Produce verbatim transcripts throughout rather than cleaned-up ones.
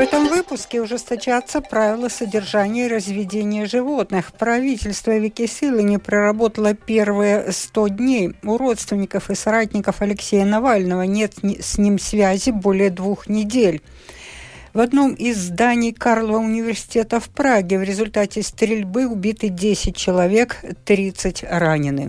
этом выпуске ужесточатся правила содержания и разведения животных. Правительство Викисилы не проработало первые сто дней. У родственников и соратников Алексея Навального нет с ним связи более двух недель. В одном из зданий Карлова университета в Праге в результате стрельбы убиты десять человек, тридцать ранены.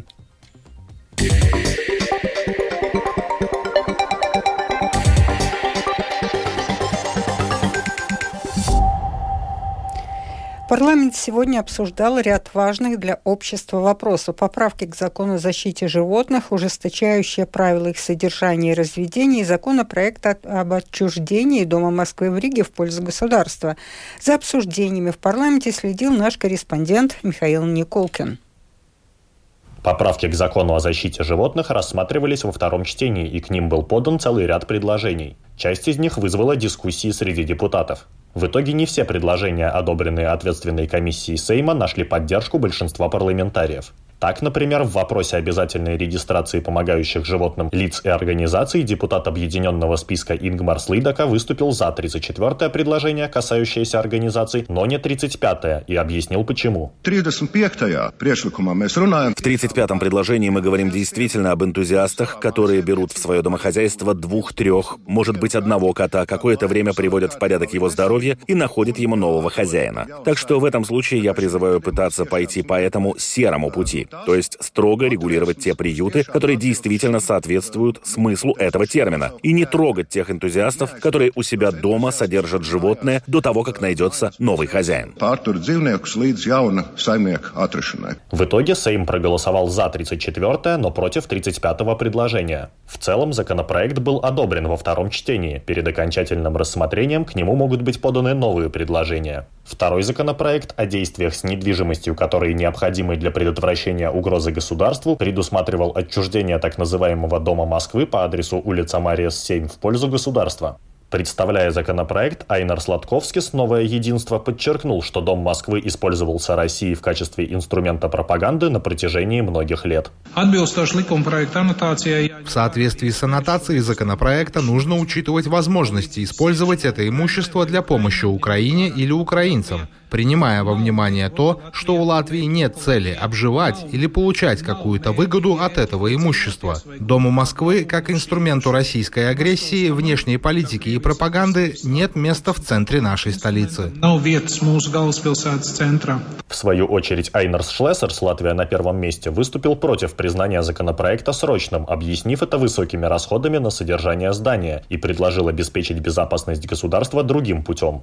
Парламент сегодня обсуждал ряд важных для общества вопросов. Поправки к закону о защите животных, ужесточающие правила их содержания и разведения, и законопроект об отчуждении Дома Москвы в Риге в пользу государства. За обсуждениями в парламенте следил наш корреспондент Михаил Николкин. Поправки к закону о защите животных рассматривались во втором чтении, и к ним был подан целый ряд предложений. Часть из них вызвала дискуссии среди депутатов. В итоге не все предложения, одобренные ответственной комиссией Сейма, нашли поддержку большинства парламентариев. Так, например, в вопросе обязательной регистрации помогающих животным лиц и организаций депутат объединенного списка Ингмар Слидака выступил за тридцать четвёртое предложение, касающееся организаций, но не тридцать пятое, и объяснил почему. В тридцать пятом предложении мы говорим действительно об энтузиастах, которые берут в свое домохозяйство двух-трех, может быть, одного кота, какое-то время приводят в порядок его здоровье и находят ему нового хозяина. Так что в этом случае я призываю пытаться пойти по этому серому пути. То есть строго регулировать те приюты, которые действительно соответствуют смыслу этого термина, и не трогать тех энтузиастов, которые у себя дома содержат животное до того, как найдется новый хозяин. В итоге Сейм проголосовал за тридцать четвёртое, но против тридцать пятого предложения. В целом законопроект был одобрен во втором чтении. Перед окончательным рассмотрением к нему могут быть поданы новые предложения. Второй законопроект о действиях с недвижимостью, которые необходимы для предотвращения угрозы государству, предусматривал отчуждение так называемого Дома Москвы по адресу улица Мариас, семь в пользу государства. Представляя законопроект, Айнар Сладковскис, «Новое единство», подчеркнул, что Дом Москвы использовался Россией в качестве инструмента пропаганды на протяжении многих лет. В соответствии с аннотацией законопроекта нужно учитывать возможности использовать это имущество для помощи Украине или украинцам, принимая во внимание то, что у Латвии нет цели обживать или получать какую-то выгоду от этого имущества. Дому Москвы, как инструменту российской агрессии, внешней политики и пропаганды, нет места в центре нашей столицы. В свою очередь, Айнарс Шлессерс, Латвия на первом месте, выступил против признания законопроекта срочным, объяснив это высокими расходами на содержание здания, и предложил обеспечить безопасность государства другим путем.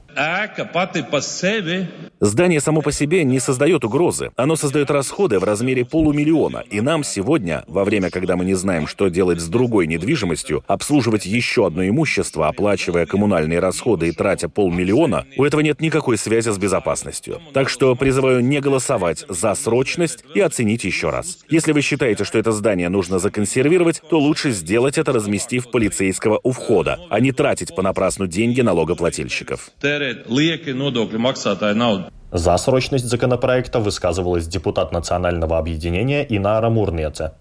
Здание само по себе не создает угрозы. Оно создает расходы в размере полумиллиона. И нам сегодня, во время, когда мы не знаем, что делать с другой недвижимостью, обслуживать еще одно имущество, оплачивая коммунальные расходы и тратя полмиллиона, у этого нет никакой связи с безопасностью. Так что призываю не голосовать за срочность и оценить еще раз. Если вы считаете, что это здание нужно законсервировать, то лучше сделать это, разместив полицейского у входа, а не тратить понапрасну деньги налогоплательщиков. За срочность законопроекта высказывалась депутат Национального объединения Инара Мурнеце.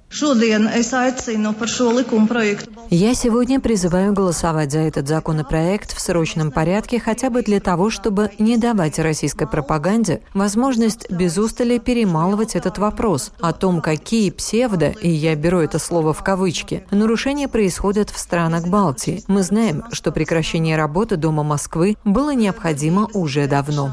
Я сегодня призываю голосовать за этот законопроект в срочном порядке хотя бы для того, чтобы не давать российской пропаганде возможность без устали перемалывать этот вопрос о том, какие псевдо, и я беру это слово в кавычки, нарушения происходят в странах Балтии. Мы знаем, что прекращение работы Дома Москвы было необходимо уже давно.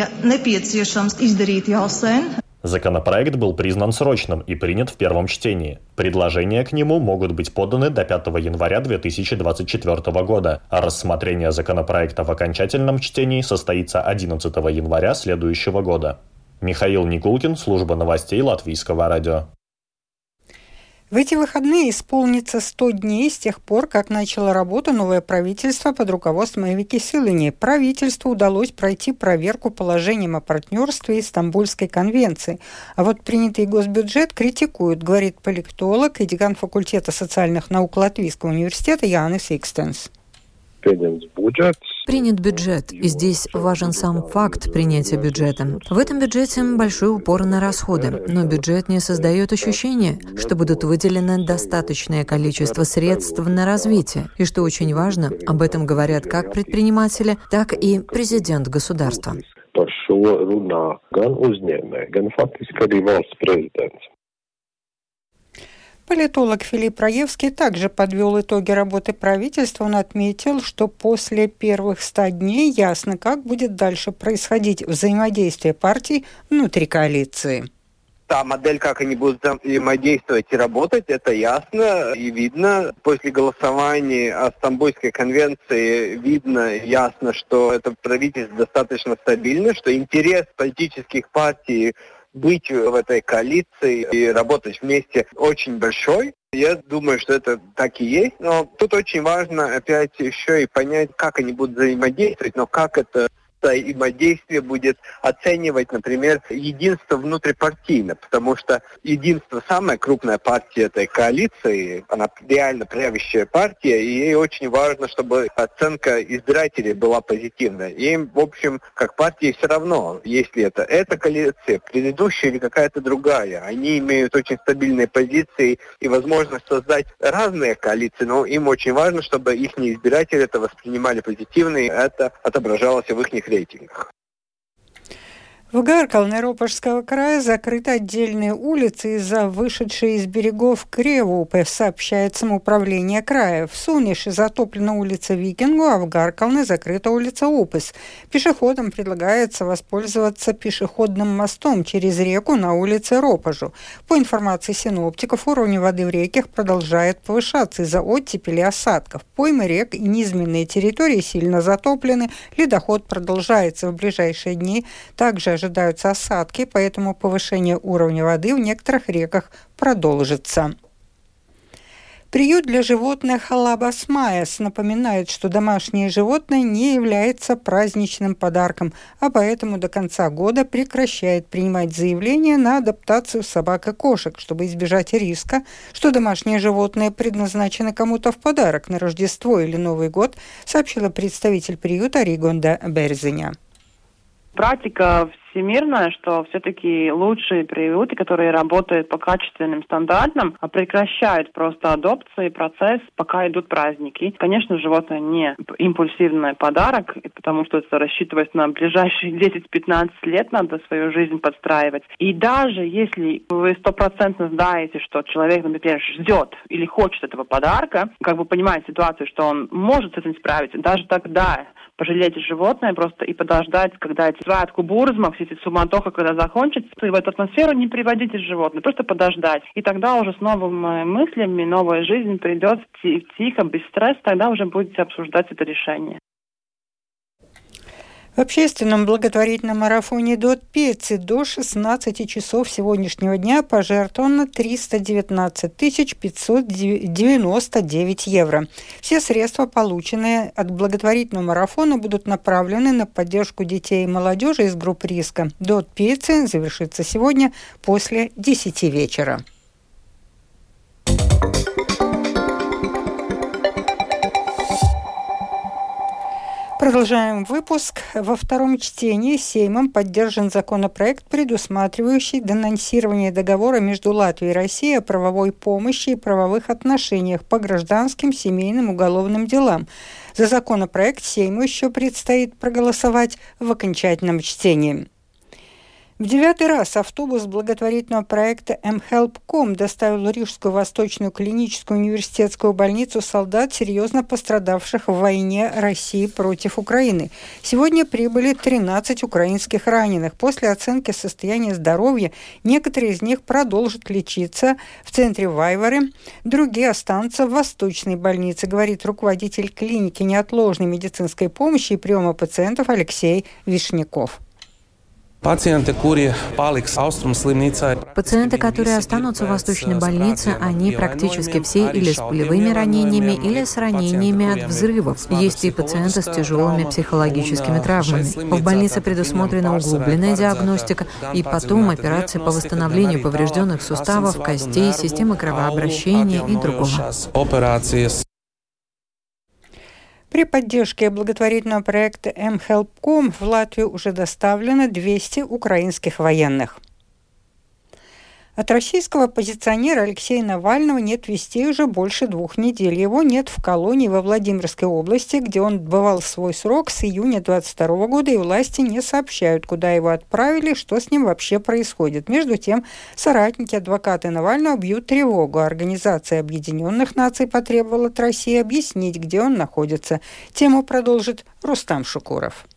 Законопроект был признан срочным и принят в первом чтении. Предложения к нему могут быть поданы до пятого января две тысячи двадцать четвёртого года, а рассмотрение законопроекта в окончательном чтении состоится одиннадцатого января следующего года. Михаил Никулкин, служба новостей Латвийского радио. В эти выходные исполнится сто дней с тех пор, как начало работу новое правительство под руководством Эвики Силини. Правительству удалось пройти проверку положением о партнерстве и Стамбульской конвенции. А вот принятый госбюджет критикуют, говорит политолог и декан факультета социальных наук Латвийского университета Jānis Ikstens. Принят бюджет, и здесь важен сам факт принятия бюджета. В этом бюджете большой упор на расходы, но бюджет не создает ощущения, что будут выделены достаточное количество средств на развитие. И что очень важно, об этом говорят как предприниматели, так и президент государства. Политолог Филипп Раевский также подвел итоги работы правительства. Он отметил, что после первых ста дней ясно, как будет дальше происходить взаимодействие партий внутри коалиции. Та модель, как они будут взаимодействовать и работать, это ясно и видно. После голосования о Стамбульской конвенции видно ясно, что это правительство достаточно стабильно, что интерес политических партий быть в этой коалиции и работать вместе очень большой. Я думаю, что это так и есть. Но тут очень важно опять еще и понять, как они будут взаимодействовать, но как это взаимодействие будет оценивать, например, единство внутрипартийно, потому что единство самая крупная партия этой коалиции, она реально правящая партия, и ей очень важно, чтобы оценка избирателей была позитивная. Им, в общем, как партии все равно, если это эта коалиция, предыдущая или какая-то другая. Они имеют очень стабильные позиции и возможность создать разные коалиции, но им очень важно, чтобы их избиратели это воспринимали позитивно, и это отображалось в их рейтингах. В Гаркалне-Ропожского края закрыты отдельные улицы из-за вышедшей из берегов Кревупы, сообщает самоуправление края. В Сунише затоплена улица Викингу, а в Гаркалне закрыта улица Упыс. Пешеходам предлагается воспользоваться пешеходным мостом через реку на улице Ропожу. По информации синоптиков, уровень воды в реках продолжает повышаться из-за оттепели и осадков. Поймы рек и низменные территории сильно затоплены, ледоход продолжается в ближайшие дни. Также ожидаются осадки, поэтому повышение уровня воды в некоторых реках продолжится. Приют для животных Лабас Майас напоминает, что домашнее животное не является праздничным подарком, а поэтому до конца года прекращает принимать заявления на адаптацию собак и кошек, чтобы избежать риска, что домашнее животное предназначено кому-то в подарок на Рождество или Новый год, сообщила представитель приюта Ригонда Берзиня. Практика всемирная, что все-таки лучшие приюты, которые работают по качественным стандартам, прекращают просто адопции, процесс, пока идут праздники. Конечно, животное не импульсивный подарок, потому что это рассчитывать на ближайшие десять-пятнадцать лет, надо свою жизнь подстраивать. И даже если вы стопроцентно знаете, что человек, например, ждет или хочет этого подарка, как бы понимаете ситуацию, что он может с этим справиться, даже тогда пожалейте животное просто и подождать, когда эти святку бурзма, все эти суматоха, когда закончится, и в эту атмосферу не приводите животное, просто подождать. И тогда уже с новыми мыслями, новая жизнь придет тихо, без стресса, тогда уже будете обсуждать это решение. В общественном благотворительном марафоне «Дот Пеци» до шестнадцати часов сегодняшнего дня пожертвовано триста девятнадцать тысяч пятьсот девяносто девять евро. Все средства, полученные от благотворительного марафона, будут направлены на поддержку детей и молодежи из групп риска. «Дот Пеци» завершится сегодня после десяти вечера. Продолжаем выпуск. Во втором чтении Сеймом поддержан законопроект, предусматривающий денонсирование договора между Латвией и Россией о правовой помощи и правовых отношениях по гражданским, семейным, уголовным делам. За законопроект Сейму еще предстоит проголосовать в окончательном чтении. В девятый раз автобус благотворительного проекта эм хелп точка ком доставил в Рижскую Восточную клиническую университетскую больницу солдат, серьезно пострадавших в войне России против Украины. Сегодня прибыли тринадцать украинских раненых. После оценки состояния здоровья некоторые из них продолжат лечиться в центре Вайвары, другие останутся в Восточной больнице, говорит руководитель клиники неотложной медицинской помощи и приема пациентов Алексей Вишняков. Пациенты, которые останутся в Восточной больнице, они практически все или с пулевыми ранениями, или с ранениями от взрывов. Есть и пациенты с тяжелыми психологическими травмами. В больнице предусмотрена углубленная диагностика и потом операции по восстановлению поврежденных суставов, костей, системы кровообращения и другого. При поддержке благотворительного проекта эм хелп точка ком в Латвию уже доставлено двести украинских военных. От российского оппозиционера Алексея Навального нет вестей уже больше двух недель. Его нет в колонии во Владимирской области, где он отбывал свой срок с июня двадцать второго года, и власти не сообщают, куда его отправили, что с ним вообще происходит. Между тем, соратники адвоката Навального бьют тревогу. Организация Объединенных Наций потребовала от России объяснить, где он находится. Тему продолжит Рустам Шукуров.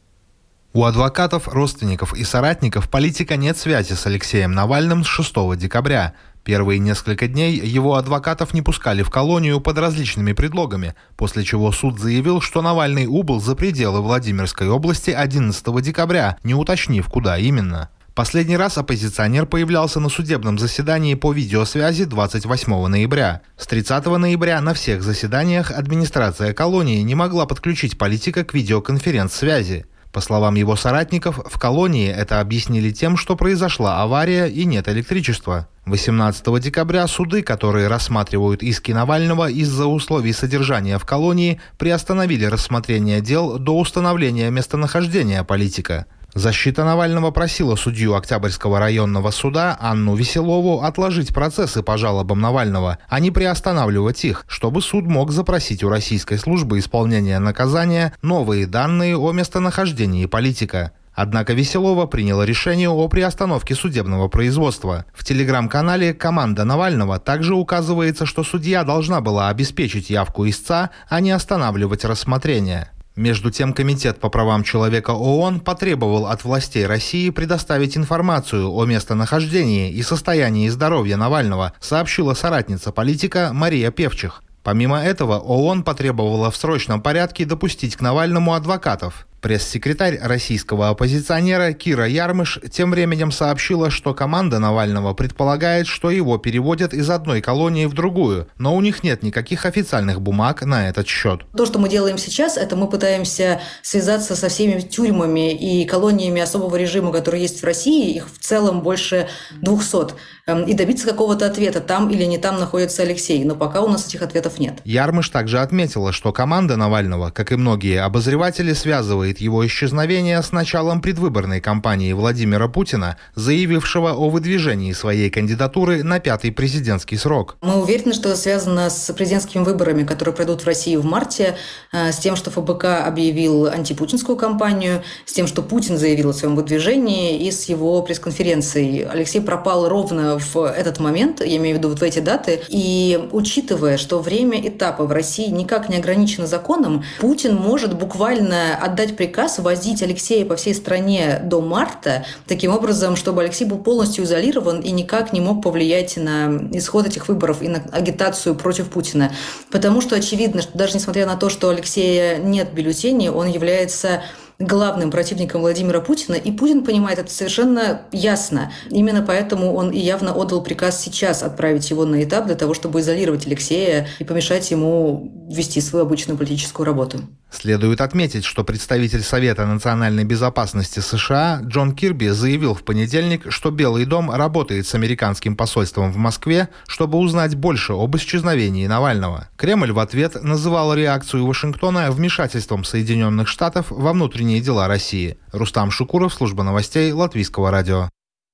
У адвокатов, родственников и соратников политика нет связи с Алексеем Навальным с шестого декабря. Первые несколько дней его адвокатов не пускали в колонию под различными предлогами, после чего суд заявил, что Навальный убыл за пределы Владимирской области одиннадцатого декабря, не уточнив, куда именно. Последний раз оппозиционер появлялся на судебном заседании по видеосвязи двадцать восьмого ноября. С тридцатого ноября на всех заседаниях администрация колонии не могла подключить политика к видеоконференц-связи. По словам его соратников, в колонии это объяснили тем, что произошла авария и нет электричества. восемнадцатого декабря суды, которые рассматривают иски Навального из-за условий содержания в колонии, приостановили рассмотрение дел до установления местонахождения политика. Защита Навального просила судью Октябрьского районного суда Анну Веселову отложить процессы по жалобам Навального, а не приостанавливать их, чтобы суд мог запросить у Российской службы исполнения наказания новые данные о местонахождении политика. Однако Веселова приняла решение о приостановке судебного производства. В телеграм-канале «Команда Навального» также указывается, что судья должна была обеспечить явку истца, а не останавливать рассмотрение. Между тем, Комитет по правам человека ООН потребовал от властей России предоставить информацию о местонахождении и состоянии здоровья Навального, сообщила соратница политика Мария Певчих. Помимо этого, ООН потребовала в срочном порядке допустить к Навальному адвокатов. Пресс-секретарь российского оппозиционера Кира Ярмыш тем временем сообщила, что команда Навального предполагает, что его переводят из одной колонии в другую, но у них нет никаких официальных бумаг на этот счет. То, что мы делаем сейчас, это мы пытаемся связаться со всеми тюрьмами и колониями особого режима, которые есть в России, их в целом больше двухсот, и добиться какого-то ответа, там или не там находится Алексей, но пока у нас этих ответов нет. Ярмыш также отметила, что команда Навального, как и многие обозреватели, связывает его исчезновение с началом предвыборной кампании Владимира Путина, заявившего о выдвижении своей кандидатуры на пятый президентский срок. Мы уверены, что это связано с президентскими выборами, которые пройдут в России в марте, с тем, что эф бэ ка объявил антипутинскую кампанию, с тем, что Путин заявил о своем выдвижении, и с его пресс-конференцией. Алексей пропал ровно в этот момент, я имею в виду вот в эти даты, и учитывая, что время этапа в России никак не ограничено законом, Путин может буквально отдать приказ возить Алексея по всей стране до марта, таким образом, чтобы Алексей был полностью изолирован и никак не мог повлиять на исход этих выборов и на агитацию против Путина. Потому что очевидно, что даже несмотря на то, что у Алексея нет бюллетеней, он является главным противником Владимира Путина, и Путин понимает это совершенно ясно. Именно поэтому он и явно отдал приказ сейчас отправить его на этап для того, чтобы изолировать Алексея и помешать ему вести свою обычную политическую работу. Следует отметить, что представитель Совета национальной безопасности США Джон Кирби заявил в понедельник, что Белый дом работает с американским посольством в Москве, чтобы узнать больше об исчезновении Навального. Кремль в ответ называл реакцию Вашингтона вмешательством Соединенных Штатов во внутренние дела России. Рустам Шукуров, служба новостей Латвийского радио.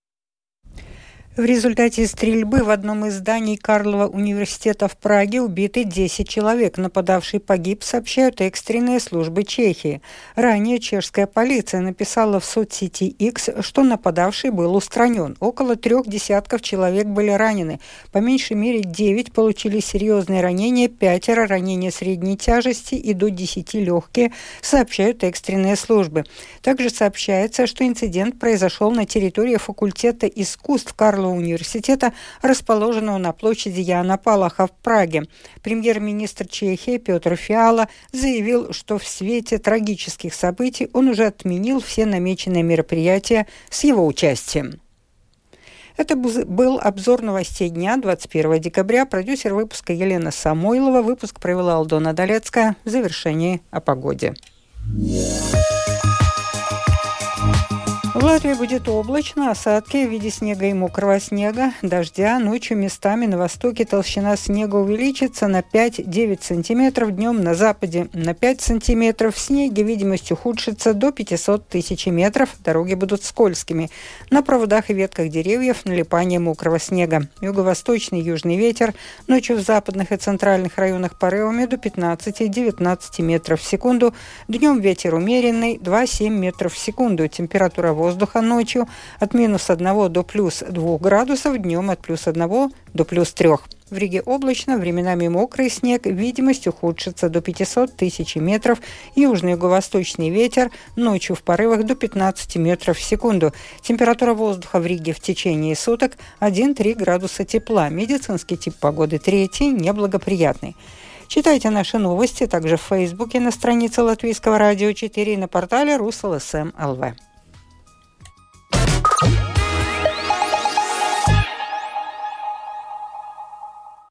В результате стрельбы в одном из зданий Карлова университета в Праге убиты десять человек. Нападавший погиб, сообщают экстренные службы Чехии. Ранее чешская полиция написала в соцсети X, что нападавший был устранен. Около трех десятков человек были ранены. По меньшей мере девять получили серьезные ранения, пятеро ранения средней тяжести и до десяти легкие, сообщают экстренные службы. Также сообщается, что инцидент произошел на территории факультета искусств Карлова университета, расположенного на площади Яна Палаха в Праге. Премьер-министр Чехии Петр Фиала заявил, что в свете трагических событий он уже отменил все намеченные мероприятия с его участием. Это был обзор новостей дня двадцать первого декабря. Продюсер выпуска Елена Самойлова. Выпуск провела Алдона Долецкая. В завершении о погоде. В Латвии будет облачно, осадки в виде снега и мокрого снега, дождя. Ночью местами на востоке толщина снега увеличится на пять-девять сантиметров, днем на западе на пять сантиметров. В снеге видимость ухудшится до пятисот тысяч метров, дороги будут скользкими. На проводах и ветках деревьев налипание мокрого снега. Юго-восточный южный ветер, ночью в западных и центральных районах порывами до пятнадцати-девятнадцати метров в секунду, днем ветер умеренный два-семь метров в секунду. Температура воздуха ночью от минус одного до плюс двух градусов, днем от плюс одного до плюс трех. В Риге облачно, временами мокрый снег, видимость ухудшится до пятисот тысяч метров, южный юго-восточный ветер, ночью в порывах до пятнадцати метров в секунду. Температура воздуха в Риге в течение суток один-три градуса тепла. Медицинский тип погоды третий, неблагоприятный. Читайте наши новости также в Фейсбуке на странице Латвийского радио четыре и на портале Руслсм точка эл ви.